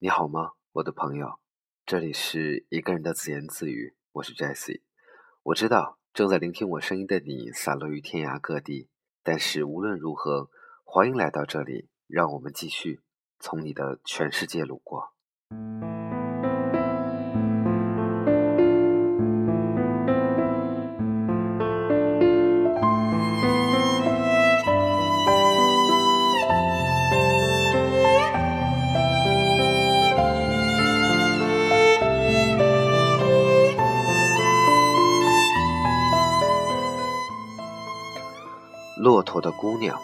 你好吗，我的朋友？这里是一个人的自言自语，我是 Jesse。我知道正在聆听我声音的你散落于天涯各地，但是无论如何，欢迎来到这里，让我们继续从你的全世界路过。骆驼的姑娘，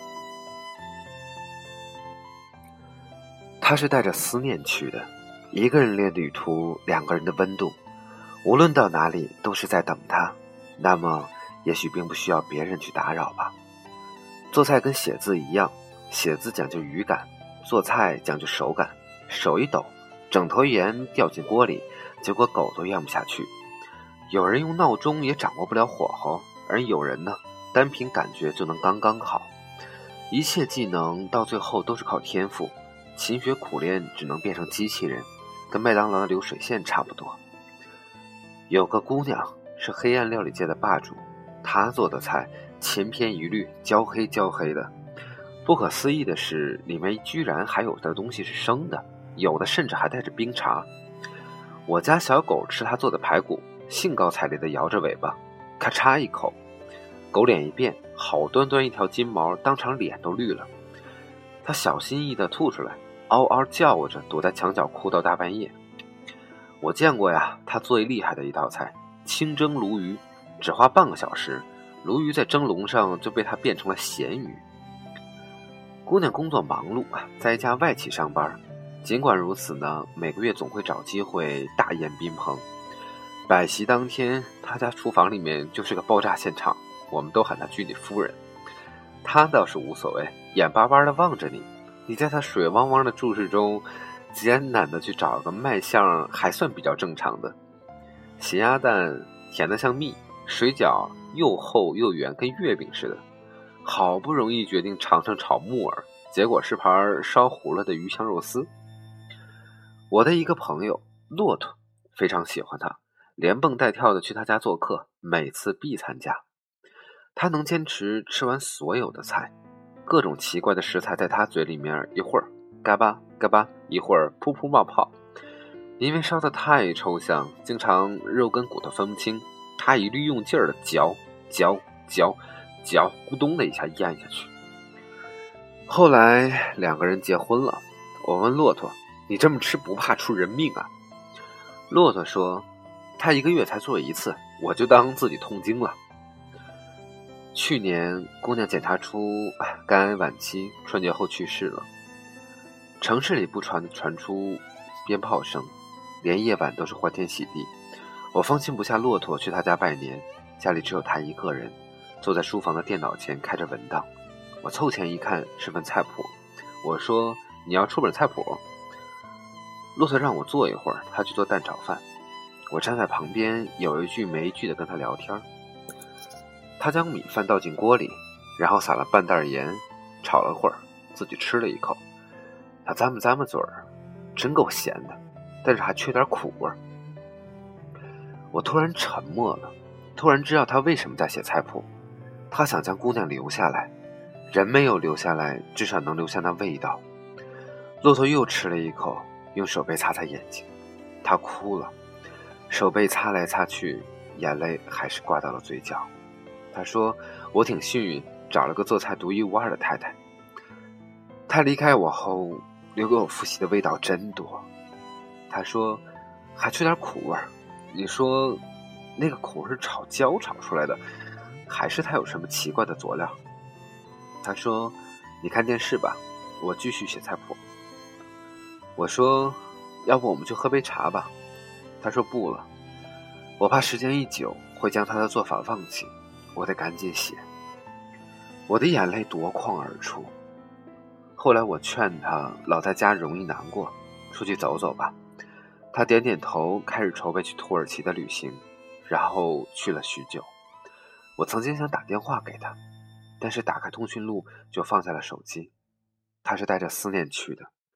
她是带着思念去的，一个人恋旅途，两个人的温度，无论到哪里都是在等他。那么也许并不需要别人去打扰吧。做菜跟写字一样，写字讲究语感，做菜讲究手感。手一抖，整头盐掉进锅里，结果狗都咽不下去。有人用闹钟也掌握不了火候，而有人呢，单凭感觉就能刚刚好。一切技能到最后都是靠天赋，勤学苦练只能变成机器人，跟麦当劳的流水线差不多。有个姑娘是黑暗料理界的霸主，她做的菜千篇一律，焦黑焦黑的。不可思议的是，里面居然还有的东西是生的，有的甚至还带着冰碴。我家小狗吃她做的排骨，兴高采烈地摇着尾巴，咔嚓一口，狗脸一变，好端端一条金毛当场脸都绿了。它小心翼翼地吐出来，嗷嗷叫着躲在墙角哭到大半夜。我见过呀，他最厉害的一道菜，清蒸鲈鱼，只花半个小时，鲈鱼在蒸笼上就被他变成了咸鱼。姑娘工作忙碌，在一家外企上班，尽管如此呢，每个月总会找机会大宴宾朋。摆席当天，她家厨房里面就是个爆炸现场，我们都喊她居里夫人。她倒是无所谓，眼巴巴地望着你，你在她水汪汪的注视中艰难地去找个卖相还算比较正常的。咸鸭蛋甜得像蜜，水饺又厚又圆，跟月饼似的。好不容易决定尝尝炒木耳，结果是盘烧糊了的鱼香肉丝。我的一个朋友骆驼非常喜欢他，连蹦带跳的去他家做客，每次必参加。他能坚持吃完所有的菜，各种奇怪的食材在他嘴里面一会儿嘎巴嘎巴，一会儿噗噗冒泡。因为烧得太抽象，经常肉跟骨头分不清，他一律用劲儿的嚼嚼嚼嚼，咕咚的一下咽下去。后来两个人结婚了，我问骆驼：“你这么吃不怕出人命啊？”骆驼说：“他一个月才做一次，我就当自己痛经了。”去年姑娘检查出肝癌晚期，春节后去世了。城市里不传出鞭炮声，连夜晚都是欢天喜地。我放心不下骆驼去他家拜年，家里只有他一个人，坐在书房的电脑前开着文档。我凑前一看是份菜谱，我说：“你要出本菜谱？”骆驼让我坐一会儿，他去做蛋炒饭。我站在旁边，有一句没一句的跟他聊天。他将米饭倒进锅里，然后撒了半袋盐，炒了会儿，自己吃了一口。他咂摸嘴儿，真够咸的，但是还缺点苦味儿。我突然沉默了，突然知道他为什么在写菜谱。他想将姑娘留下来，人没有留下来，至少能留下那味道。骆驼又吃了一口，用手背擦擦眼睛，他哭了，手背擦来擦去，眼泪还是挂到了嘴角。他说：“我挺幸运，找了个做菜独一无二的太太。她离开我后，留给我复习的味道真多。”他说：“还缺点苦味儿。你说，那个苦是炒焦炒出来的，还是他有什么奇怪的佐料？”他说：“你看电视吧，我继续写菜谱。”我说：“要不我们去喝杯茶吧？”他说：“不了，我怕时间一久会将他的做法忘记，我得赶紧写。”我的眼泪夺眶而出。后来我劝他老在家容易难过，出去走走吧。他点点头，开始筹备去土耳其的旅行，然后去了许久。我曾经想打电话给他，但是打开通讯录就放下了手机。他是带着思念去的，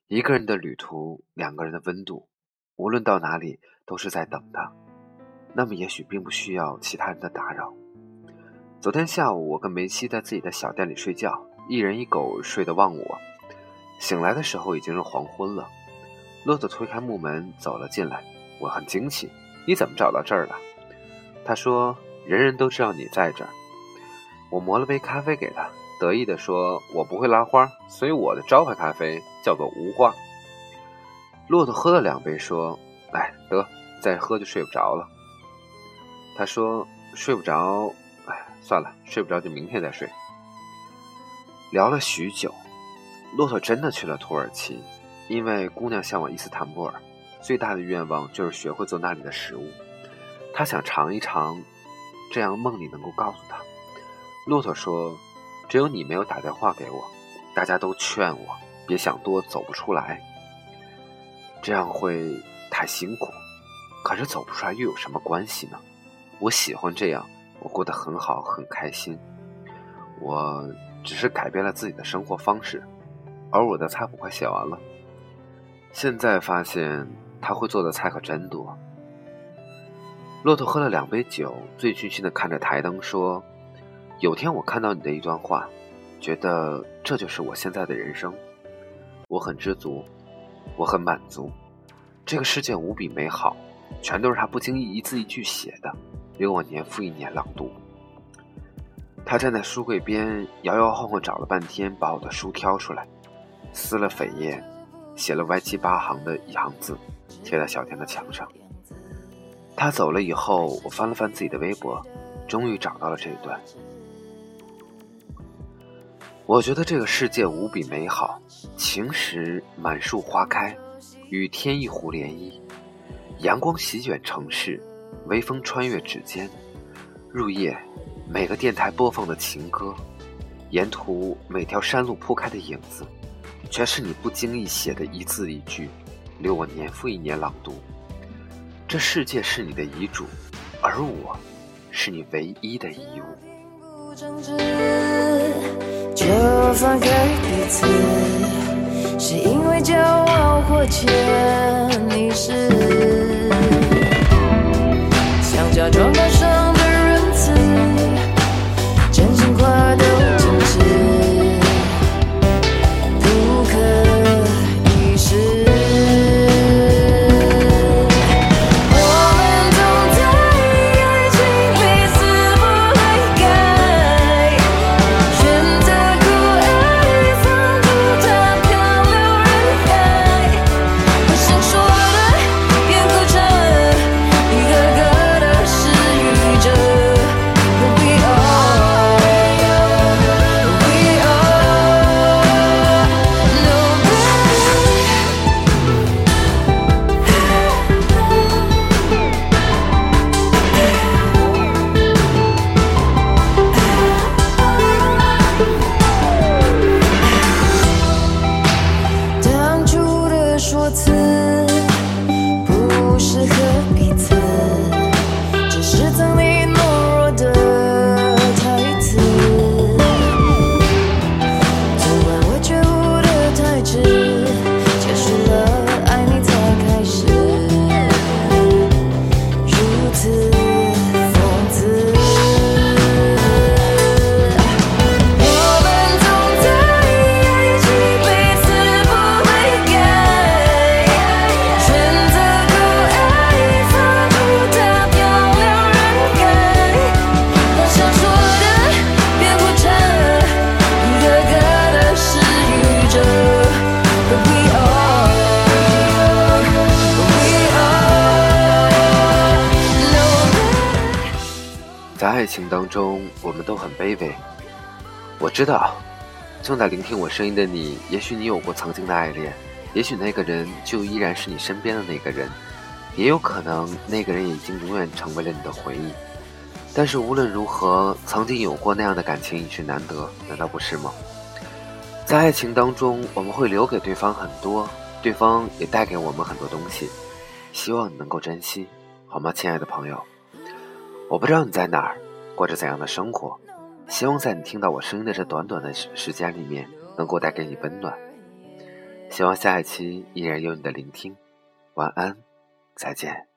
一个人的旅途，两个人的温度，无论到哪里都是在等他，那么也许并不需要其他人的打扰。昨天下午，我跟梅西在自己的小店里睡觉，一人一狗睡得忘我。醒来的时候已经是黄昏了。骆驼推开木门走了进来，我很惊奇，你怎么找到这儿的？他说，人人都知道你在这儿。我磨了杯咖啡给他，得意地说，我不会拉花，所以我的招牌咖啡叫做无花。骆驼喝了2杯说，哎，得，再喝就睡不着了。他说，睡不着，算了，睡不着就明天再睡。聊了许久，骆驼真的去了土耳其，因为姑娘向往伊斯坦布尔，最大的愿望就是学会做那里的食物。他想尝一尝，这样梦里能够告诉他。骆驼说，只有你没有打电话给我，大家都劝我别想多，走不出来，这样会太辛苦。可是走不出来又有什么关系呢？我喜欢这样，我过得很好，很开心。我只是改变了自己的生活方式，而我的菜谱快写完了。现在发现他会做的菜可真多。骆驼喝了2杯酒，醉醺醺地看着台灯说，有天我看到你的一段话，觉得这就是我现在的人生。我很知足，我很满足，这个世界无比美好，全都是他不经意一字一句写的，留我年复一年朗读。他站在书柜边摇摇晃晃找了半天，把我的书挑出来，撕了扉页，写了歪7、8行的1行字，贴在小店的墙上。他走了以后，我翻了翻自己的微博，终于找到了这一段。我觉得这个世界无比美好，晴时满树花开，雨天一湖涟漪，阳光席卷城市，微风穿越指尖，入夜每个电台播放的情歌，沿途每条山路铺开的影子，全是你不经意写的一字一句，留我年复一年朗读。这世界是你的遗嘱，而我是你唯一的遗物。 就放开彼此，是因为骄傲或欠你是想假装高尚的仁慈，真心话都真挚，不可一世。 在爱情当中，我们都很卑微。我知道，正在聆听我声音的你，也许你有过曾经的爱恋，也许那个人就依然是你身边的那个人，也有可能那个人已经永远成为了你的回忆。但是无论如何，曾经有过那样的感情已是难得，难道不是吗？在爱情当中，我们会留给对方很多，对方也带给我们很多东西，希望你能够珍惜，好吗，亲爱的朋友？我不知道你在哪儿，过着怎样的生活，希望在你听到我声音的这短短的时间里面，能够带给你温暖。 希望下一期依然有你的聆听。晚安，再见。